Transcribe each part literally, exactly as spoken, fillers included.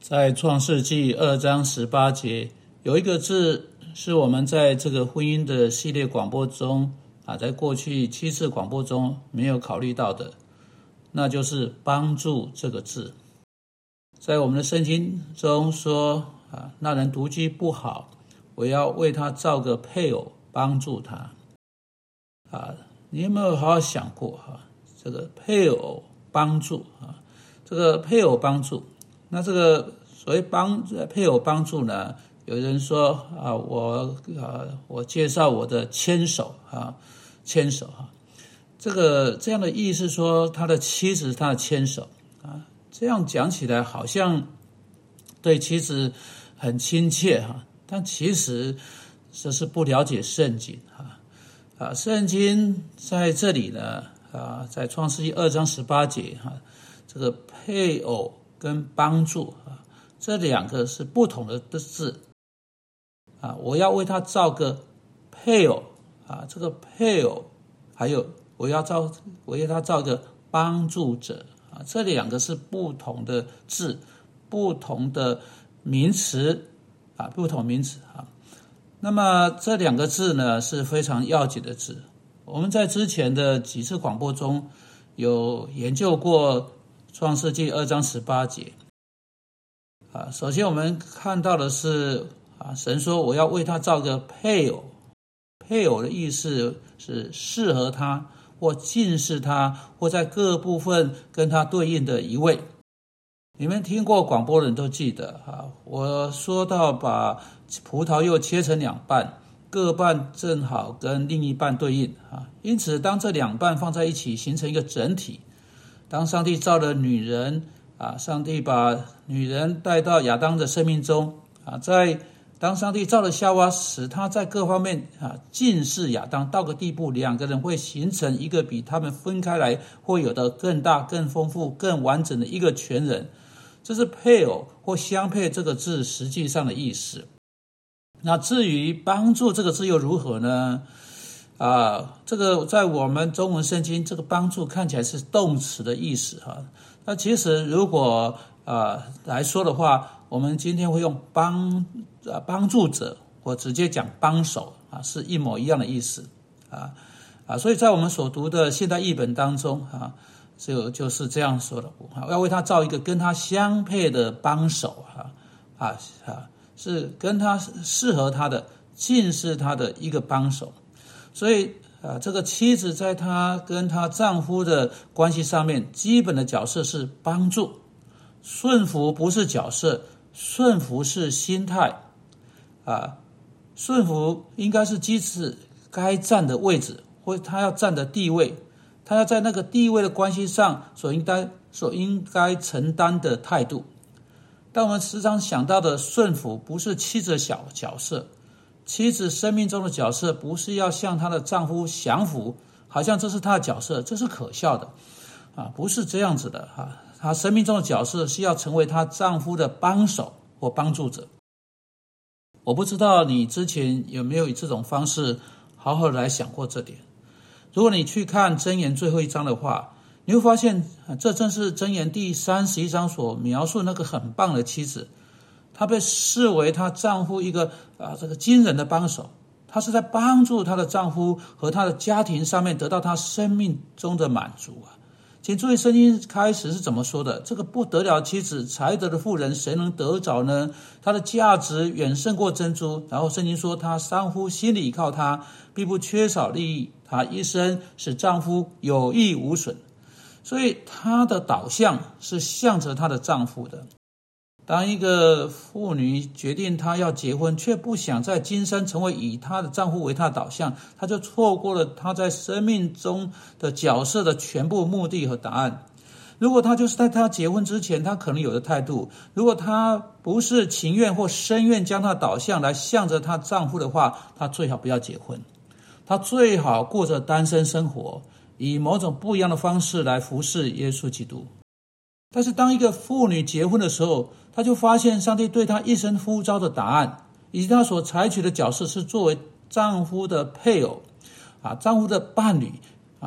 在创世纪二章十八节，有一个字是我们在这个婚姻的系列广播中啊，在过去七次广播中没有考虑到的，那就是帮助这个字。在我们的圣经中说啊，那人独居不好，我要为他造个配偶帮助他。啊，你有没有好好想过哈？这个配偶帮助啊，这个配偶帮助，那这个所谓帮配偶帮助呢？有人说啊，我啊，我介绍我的牵手啊，牵手哈，这个这样的意思说，他的妻子是他的牵手啊，这样讲起来好像对妻子很亲切哈，但其实这是不了解圣经哈啊，圣经在这里呢啊，在创世纪二章十八节哈，这个配偶跟帮助啊，这两个是不同的字啊。我要为他造个配偶啊，这个配偶还有我要造，我要他造个帮助者啊，这两个是不同的字，不同的名词啊，不同名词啊。那么这两个字呢是非常要紧的字。我们在之前的几次广播中有研究过创世纪二章十八节啊。首先我们看到的是啊，神说我要为他造个配偶，配偶的意思是适合他或近似他或在各部分跟他对应的一位。你们听过广播的人都记得啊，我说到把葡萄柚切成两半，各半正好跟另一半对应啊。因此当这两半放在一起形成一个整体，当上帝造了女人啊，上帝把女人带到亚当的生命中啊，在当上帝造了夏娃，使他在各方面啊近似亚当到个地步，两个人会形成一个比他们分开来会有的更大、更丰富、更完整的一个全人。这是配偶或相配这个字实际上的意思。那至于帮助这个字又如何呢？啊，这个在我们中文圣经，这个帮助看起来是动词的意思哈。那其实如果啊来说的话，我们今天会用帮啊帮助者，或直接讲帮手啊，是一模一样的意思啊啊。所以在我们所读的现代译本当中啊。就就是这样说的，要为他造一个跟他相配的帮手啊啊啊，是跟他适合他的、近似他的一个帮手。所以啊，这个妻子在她跟她丈夫的关系上面，基本的角色是帮助，顺服不是角色，顺服是心态啊，顺服应该是妻子该站的位置，或她要站的地位。他要在那个地位的关系上所应该所应该承担的态度。但我们时常想到的顺服不是妻子的小角色，妻子生命中的角色不是要向她的丈夫降服，好像这是她的角色，这是可笑的啊，不是这样子的啊。她生命中的角色是要成为她丈夫的帮手或帮助者。我不知道你之前有没有以这种方式好好的来想过这点。如果你去看箴言最后一章的话，你会发现这正是箴言第三十一章所描述那个很棒的妻子，她被视为她丈夫一个啊这个惊人的帮手，她是在帮助她的丈夫和她的家庭上面得到她生命中的满足啊。请注意圣经开始是怎么说的，这个不得了妻子才得的妇人谁能得着呢？她的价值远胜过珍珠。然后圣经说她丈夫心里依靠她，必不缺少利益，她一生使丈夫有益无损。所以她的导向是向着她的丈夫的。当一个妇女决定她要结婚，却不想在今生成为以她的丈夫为她的导向，她就错过了她在生命中的角色的全部目的和答案。如果她就是在她结婚之前她可能有的态度，如果她不是情愿或深愿将她的导向来向着她丈夫的话，她最好不要结婚，她最好过着单身生活，以某种不一样的方式来服侍耶稣基督。但是当一个妇女结婚的时候，她就发现上帝对她一生呼召的答案，以及她所采取的角色是作为丈夫的配偶啊，丈夫的伴侣啊，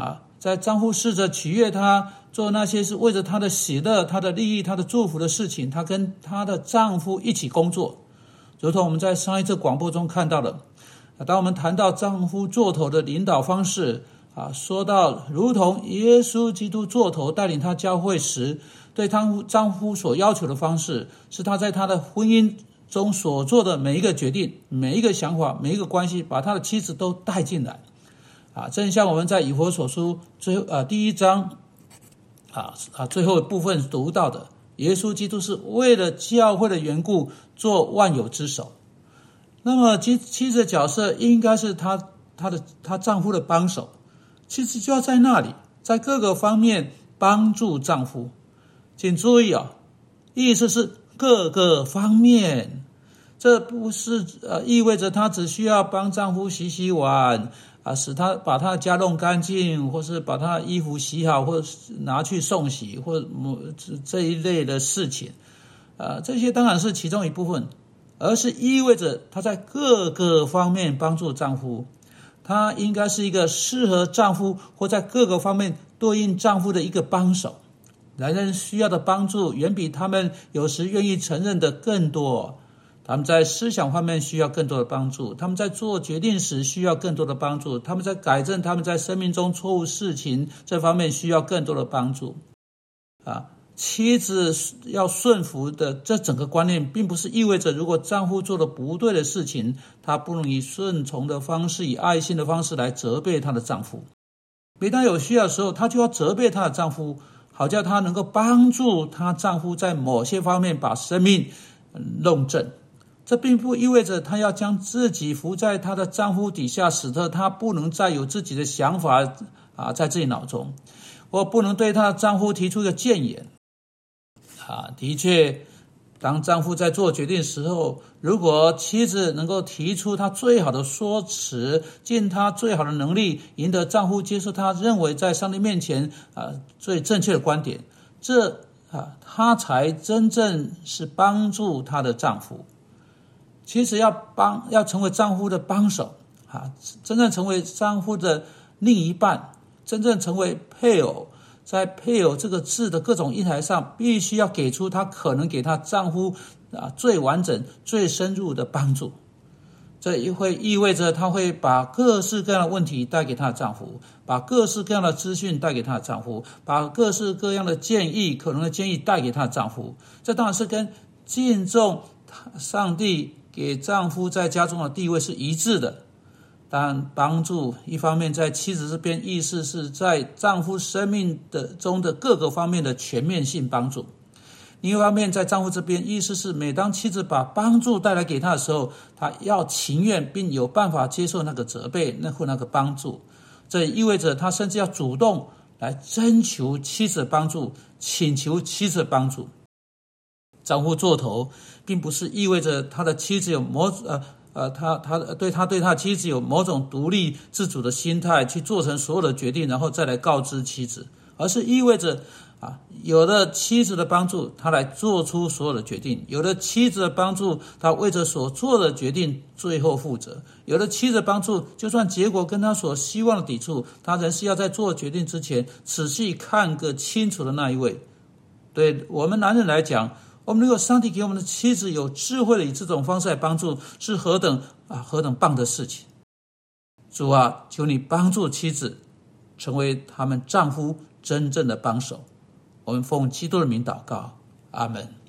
在丈夫试着取悦她，做那些是为着她的喜乐、她的利益、她的祝福的事情，她跟她的丈夫一起工作。如同我们在上一次广播中看到的，当我们谈到丈夫做头的领导方式啊，说到如同耶稣基督做头带领他教会时，对她丈夫所要求的方式，是他在他的婚姻中所做的每一个决定、每一个想法、每一个关系，把他的妻子都带进来啊。正像我们在以弗所书最后啊第一章啊啊最后部分读到的，耶稣基督是为了教会的缘故做万有之首。那么妻妻子的角色应该是她她的她丈夫的帮手，妻子就要在那里，在各个方面帮助丈夫。请注意啊，意思是各个方面，这不是呃意味着她只需要帮丈夫洗洗碗啊，使他把他的家弄干净，或是把他的衣服洗好，或是拿去送洗，或这一类的事情。呃，这些当然是其中一部分，而是意味着她在各个方面帮助丈夫。她应该是一个适合丈夫或在各个方面对应丈夫的一个帮手。男人需要的帮助远比他们有时愿意承认的更多。他们在思想方面需要更多的帮助，他们在做决定时需要更多的帮助，他们在改正他们在生命中错误事情这方面需要更多的帮助。啊，妻子要顺服的这整个观念，并不是意味着如果丈夫做了不对的事情，她不能以顺从的方式、以爱心的方式来责备她的丈夫。每当有需要的时候，她就要责备她的丈夫，好叫她能够帮助她丈夫在某些方面把生命弄正。这并不意味着她要将自己服在她的丈夫底下，使得她不能再有自己的想法啊，在自己脑中，或不能对她的丈夫提出一个谏言。啊，的确，当丈夫在做决定的时候，如果妻子能够提出她最好的说辞，尽她最好的能力，赢得丈夫接受她认为在上帝面前啊最正确的观点，这啊，她才真正是帮助她的丈夫。其实要帮要成为丈夫的帮手啊，真正成为丈夫的另一半，真正成为配偶，在配偶这个字的各种意涵上，必须要给出她可能给她丈夫啊最完整、最深入的帮助。这也会意味着她会把各式各样的问题带给她的丈夫，把各式各样的资讯带给她的丈夫，把各式各样的建议、可能的建议带给她的丈夫。这当然是跟敬重上帝给丈夫在家中的地位是一致的。但帮助一方面在妻子这边，意思是在丈夫生命的中的各个方面的全面性帮助；另一方面在丈夫这边，意思是每当妻子把帮助带来给他的时候，他要情愿并有办法接受那个责备那或那个帮助。这意味着他甚至要主动来征求妻子的帮助，请求妻子的帮助。丈夫做头，并不是意味着他的妻子有某呃呃他他对他对他的妻子有某种独立自主的心态，去做成所有的决定，然后再来告知妻子，而是意味着啊，有了妻子的帮助，他来做出所有的决定；有了妻子的帮助，他为着所做的决定最后负责；有了妻子的帮助，就算结果跟他所希望的抵触，他仍是要在做决定之前仔细看个清楚的那一位。对我们男人来讲，我们如果上帝给我们的妻子有智慧的以这种方式来帮助，是何等啊何等棒的事情。主啊，求你帮助妻子成为他们丈夫真正的帮手。我们奉基督的名祷告，阿们。